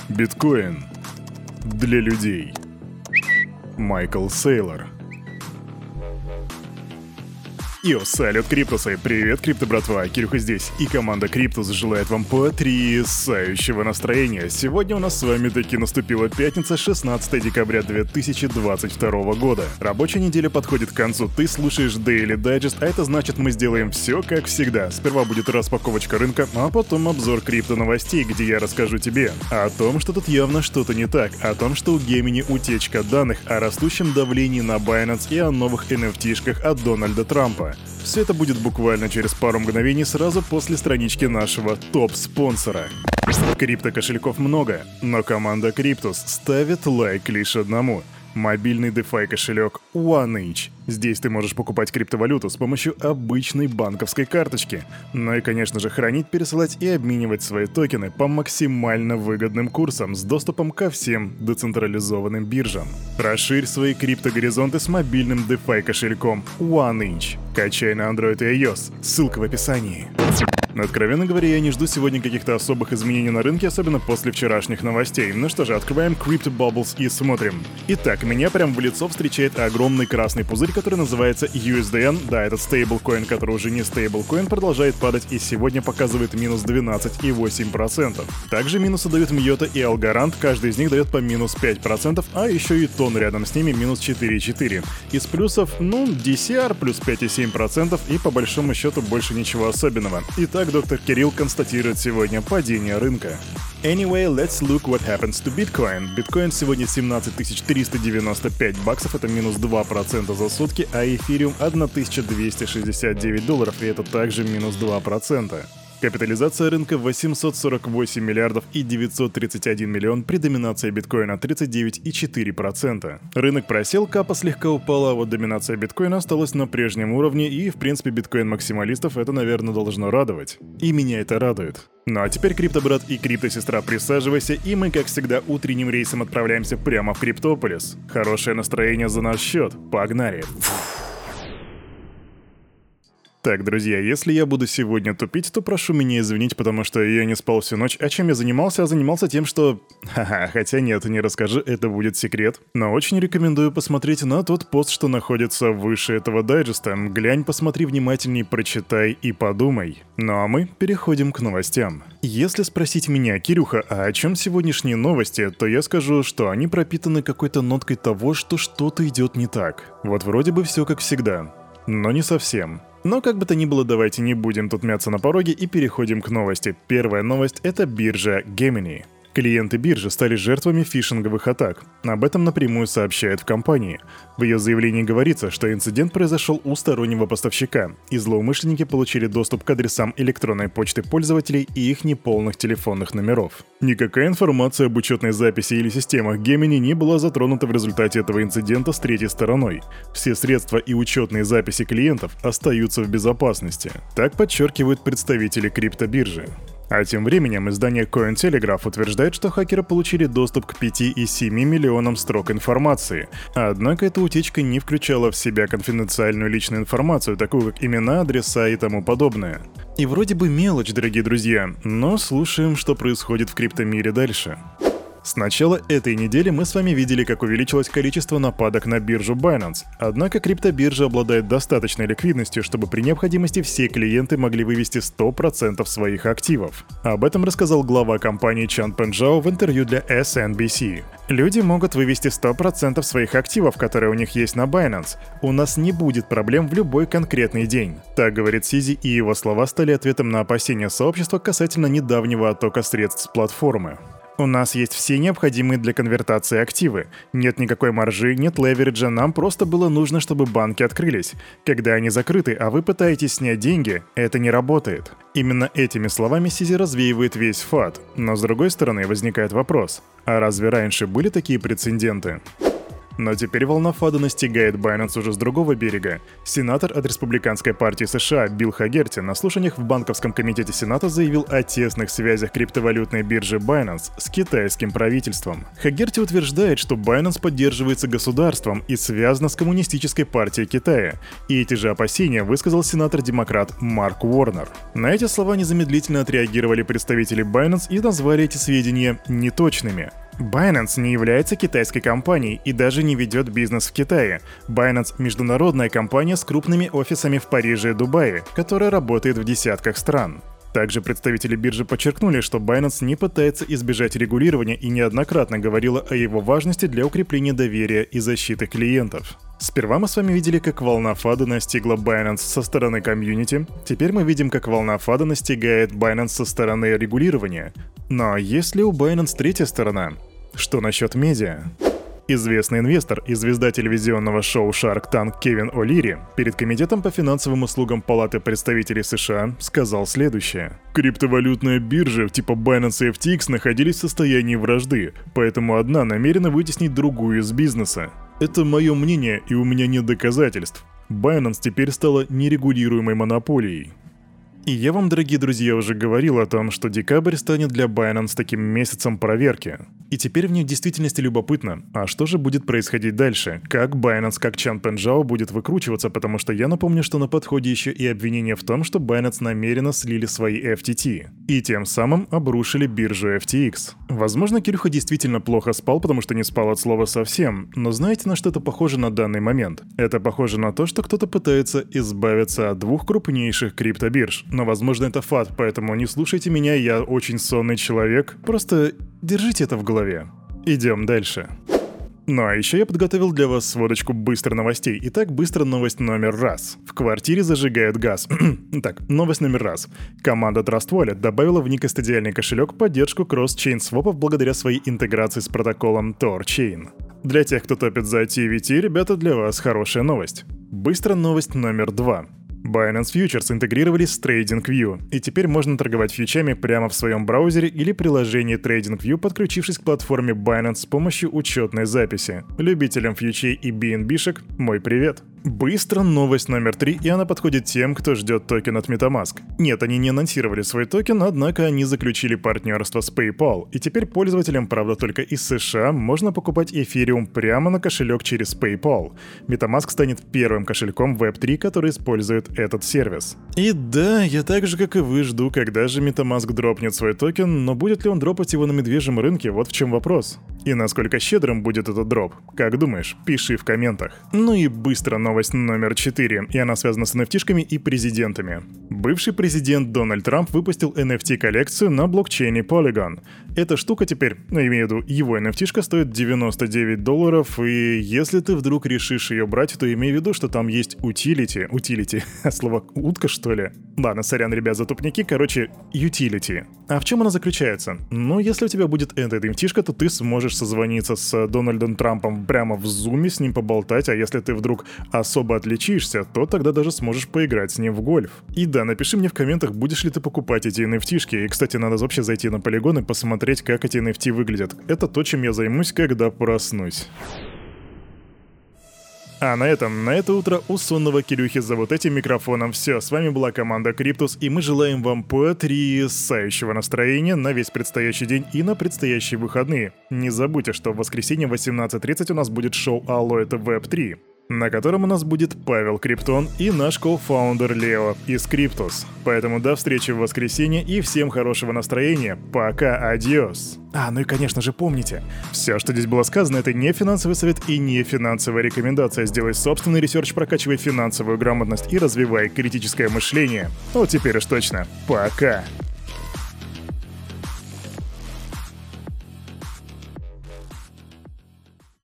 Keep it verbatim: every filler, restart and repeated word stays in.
Биткоин для людей. Майкл Сейлор. Йо, салют, Криптусы! Привет, Крипто братва! Кирюха здесь, и команда Криптус желает вам потрясающего настроения. Сегодня у нас с вами таки наступила пятница, шестнадцатое декабря две тысячи двадцать второго года. Рабочая неделя подходит к концу, ты слушаешь Daily Digest, а это значит, мы сделаем все как всегда. Сперва будет распаковочка рынка, а потом обзор крипто новостей, где я расскажу тебе о том, что тут явно что-то не так, о том, что у Gemini утечка данных, о растущем давлении на Binance и о новых эн эф ти-шках от Дональда Трампа. Все это будет буквально через пару мгновений сразу после странички нашего топ-спонсора. Крипто-кошельков много, но команда Криптус ставит лайк лишь одному. Мобильный DeFi кошелек OneInch. Здесь ты можешь покупать криптовалюту с помощью обычной банковской карточки. Ну и, конечно же, хранить, пересылать и обменивать свои токены по максимально выгодным курсам с доступом ко всем децентрализованным биржам. Расширь свои криптогоризонты с мобильным DeFi кошельком OneInch. Качай на Android и iOS. Ссылка в описании. Но, откровенно говоря, я не жду сегодня каких-то особых изменений на рынке, особенно после вчерашних новостей. Ну что же, открываем Crypto Bubbles и смотрим. Итак, меня прям в лицо встречает огромный красный пузырь, который называется ю эс ди эн. Да, этот стейблкоин, который уже не стейблкоин, продолжает падать и сегодня показывает минус двенадцать и восемь десятых процента. Также минусы дают Мьота и Algorand, каждый из них дает по минус пять процентов, а еще и Тон рядом с ними минус четыре и четыре десятых. Из плюсов, ну, ди си ар плюс пять и семь десятых процента и по большому счету больше ничего особенного. Итак, доктор Кирилл констатирует сегодня падение рынка. Anyway, let's look what happens to Bitcoin. Биткоин сегодня семнадцать тысяч триста девяносто пять баксов, это минус два процента за сутки, а эфириум тысяча двести шестьдесят девять долларов, и это также минус два процента. Капитализация рынка восемьсот сорок восемь миллиардов и девятьсот тридцать один миллион при доминации биткоина тридцать девять и четыре десятых процента. Рынок просел, капа слегка упала, а вот доминация биткоина осталась на прежнем уровне, и в принципе биткоин-максималистов это, наверное, должно радовать. И меня это радует. Ну а теперь, крипто-брат и крипто-сестра, присаживайся, и мы, как всегда, утренним рейсом отправляемся прямо в Криптополис. Хорошее настроение за наш счет. Погнали! Так, друзья, если я буду сегодня тупить, то прошу меня извинить, потому что я не спал всю ночь. А чем я занимался? А занимался тем, что... Ха-ха, хотя нет, не расскажи, это будет секрет. Но очень рекомендую посмотреть на тот пост, что находится выше этого дайджеста. Глянь, посмотри внимательней, прочитай и подумай. Ну а мы переходим к новостям. Если спросить меня, Кирюха, а о чем сегодняшние новости, то я скажу, что они пропитаны какой-то ноткой того, что что-то идет не так. Вот вроде бы все как всегда. Но не совсем. Но как бы то ни было, давайте не будем тут мяться на пороге и переходим к новости. Первая новость — это биржа Gemini. Клиенты биржи стали жертвами фишинговых атак. Об этом напрямую сообщают в компании. В ее заявлении говорится, что инцидент произошел у стороннего поставщика, и злоумышленники получили доступ к адресам электронной почты пользователей и их неполных телефонных номеров. Никакая информация об учетной записи или системах Gemini не была затронута в результате этого инцидента с третьей стороной. Все средства и учетные записи клиентов остаются в безопасности. Так подчеркивают представители криптобиржи. А тем временем издание Cointelegraph утверждает, что хакеры получили доступ к пяти и семи миллионам строк информации. Однако эта утечка не включала в себя конфиденциальную личную информацию, такую как имена, адреса и тому подобное. И вроде бы мелочь, дорогие друзья, но слушаем, что происходит в криптомире дальше. С начала этой недели мы с вами видели, как увеличилось количество нападок на биржу Binance. Однако криптобиржа обладает достаточной ликвидностью, чтобы при необходимости все клиенты могли вывести сто процентов своих активов. Об этом рассказал глава компании Чан Пенджао в интервью для эс эн би си. Люди могут вывести сто процентов своих активов, которые у них есть на Binance. У нас не будет проблем в любой конкретный день. Так говорит Сизи, и его слова стали ответом на опасения сообщества касательно недавнего оттока средств с платформы. У нас есть все необходимые для конвертации активы. Нет никакой маржи, нет левериджа, нам просто было нужно, чтобы банки открылись. Когда они закрыты, а вы пытаетесь снять деньги, это не работает. Именно этими словами Сизи развеивает весь фад. Но с другой стороны возникает вопрос, а разве раньше были такие прецеденты? Но теперь волна фада настигает Binance уже с другого берега. Сенатор от Республиканской партии США Билл Хагерти на слушаниях в Банковском комитете Сената заявил о тесных связях криптовалютной биржи Binance с китайским правительством. Хагерти утверждает, что Binance поддерживается государством и связана с Коммунистической партией Китая. И эти же опасения высказал сенатор-демократ Марк Уорнер. На эти слова незамедлительно отреагировали представители Binance и назвали эти сведения неточными. Binance не является китайской компанией и даже не ведет бизнес в Китае. Binance — международная компания с крупными офисами в Париже и Дубае, которая работает в десятках стран. Также представители биржи подчеркнули, что Binance не пытается избежать регулирования и неоднократно говорила о его важности для укрепления доверия и защиты клиентов. Сперва мы с вами видели, как волна фада настигла Binance со стороны комьюнити, теперь мы видим, как волна фада настигает Binance со стороны регулирования. Но есть ли у Binance третья сторона? Что насчет медиа? Известный инвестор и звезда телевизионного шоу Shark Tank Кевин О'Лири перед Комитетом по финансовым услугам Палаты представителей США сказал следующее. Криптовалютные биржи типа Binance и эф ти экс находились в состоянии вражды, поэтому одна намерена вытеснить другую из бизнеса. Это мое мнение, и у меня нет доказательств. Binance теперь стала нерегулируемой монополией. И я вам, дорогие друзья, уже говорил о том, что декабрь станет для Binance таким месяцем проверки. И теперь мне в действительности любопытно, а что же будет происходить дальше? Как Binance, как Чанпен Чжао будет выкручиваться, потому что я напомню, что на подходе еще и обвинение в том, что Binance намеренно слили свои эф ти ти. И тем самым обрушили биржу эф ти экс. Возможно, Кирюха действительно плохо спал, потому что не спал от слова совсем. Но знаете, на что это похоже на данный момент? Это похоже на то, что кто-то пытается избавиться от двух крупнейших криптобирж. Но возможно это фад, поэтому не слушайте меня, я очень сонный человек. Просто держите это в голове. Идем дальше. Ну а еще я подготовил для вас сводочку быстро новостей. Итак, быстро новость номер раз. В квартире зажигают газ. Так, новость номер раз. Команда Trust Wallet добавила в некастодиальный кошелек поддержку кросс-чейн свопов благодаря своей интеграции с протоколом TorChain. Для тех, кто топит за ти ви ти, ребята, для вас хорошая новость. Быстро новость номер два. Binance Futures интегрировались с TradingView, и теперь можно торговать фьючами прямо в своем браузере или приложении TradingView, подключившись к платформе Binance с помощью учетной записи. Любителям фьючей и би эн би-шек мой привет. Быстро новость номер три, и она подходит тем, кто ждет токен от MetaMask. Нет, они не анонсировали свой токен, однако они заключили партнерство с PayPal, и теперь пользователям, правда только из США, можно покупать эфириум прямо на кошелек через PayPal. MetaMask станет первым кошельком веб три, который использует этот сервис. И да, я так же, как и вы, жду, когда же MetaMask дропнет свой токен, но будет ли он дропать его на медвежьем рынке, вот в чем вопрос. И насколько щедрым будет этот дроп? Как думаешь? Пиши в комментах. Ну и быстро новость номер четыре, и она связана с эн эф ти-шками и президентами. Бывший президент Дональд Трамп выпустил эн эф ти-коллекцию на блокчейне Polygon. Эта штука теперь, ну имею в виду, его эн эф ти-шка стоит девяносто девять долларов, и если ты вдруг решишь ее брать, то имей в виду, что там есть утилити, утилити, слово утка что ли? Ладно, сорян, ребят, за тупники, короче, utility. А в чем она заключается? Ну, если у тебя будет эта эн эф ти-шка, то ты сможешь созвониться с Дональдом Трампом прямо в зуме, с ним поболтать, а если ты вдруг особо отличишься, то тогда даже сможешь поиграть с ним в гольф. И да, напиши мне в комментах, будешь ли ты покупать эти эн эф ти-шки. И, кстати, надо вообще зайти на Polygon и посмотреть, как эти эн эф ти выглядят. Это то, чем я займусь, когда проснусь. А на этом, на это утро у сонного Кирюхи за вот этим микрофоном все. С вами была команда Криптус, и мы желаем вам потрясающего настроения на весь предстоящий день и на предстоящие выходные. Не забудьте, что в воскресенье в восемнадцать тридцать у нас будет шоу «Алло, это веб три», на котором у нас будет Павел Криптон и наш кофаундер Лео из Криптус. Поэтому до встречи в воскресенье и всем хорошего настроения. Пока, адиос. А, ну и конечно же помните, все, что здесь было сказано, это не финансовый совет и не финансовая рекомендация. Сделай собственный ресерч, прокачивай финансовую грамотность и развивай критическое мышление. Вот теперь уж точно. Пока.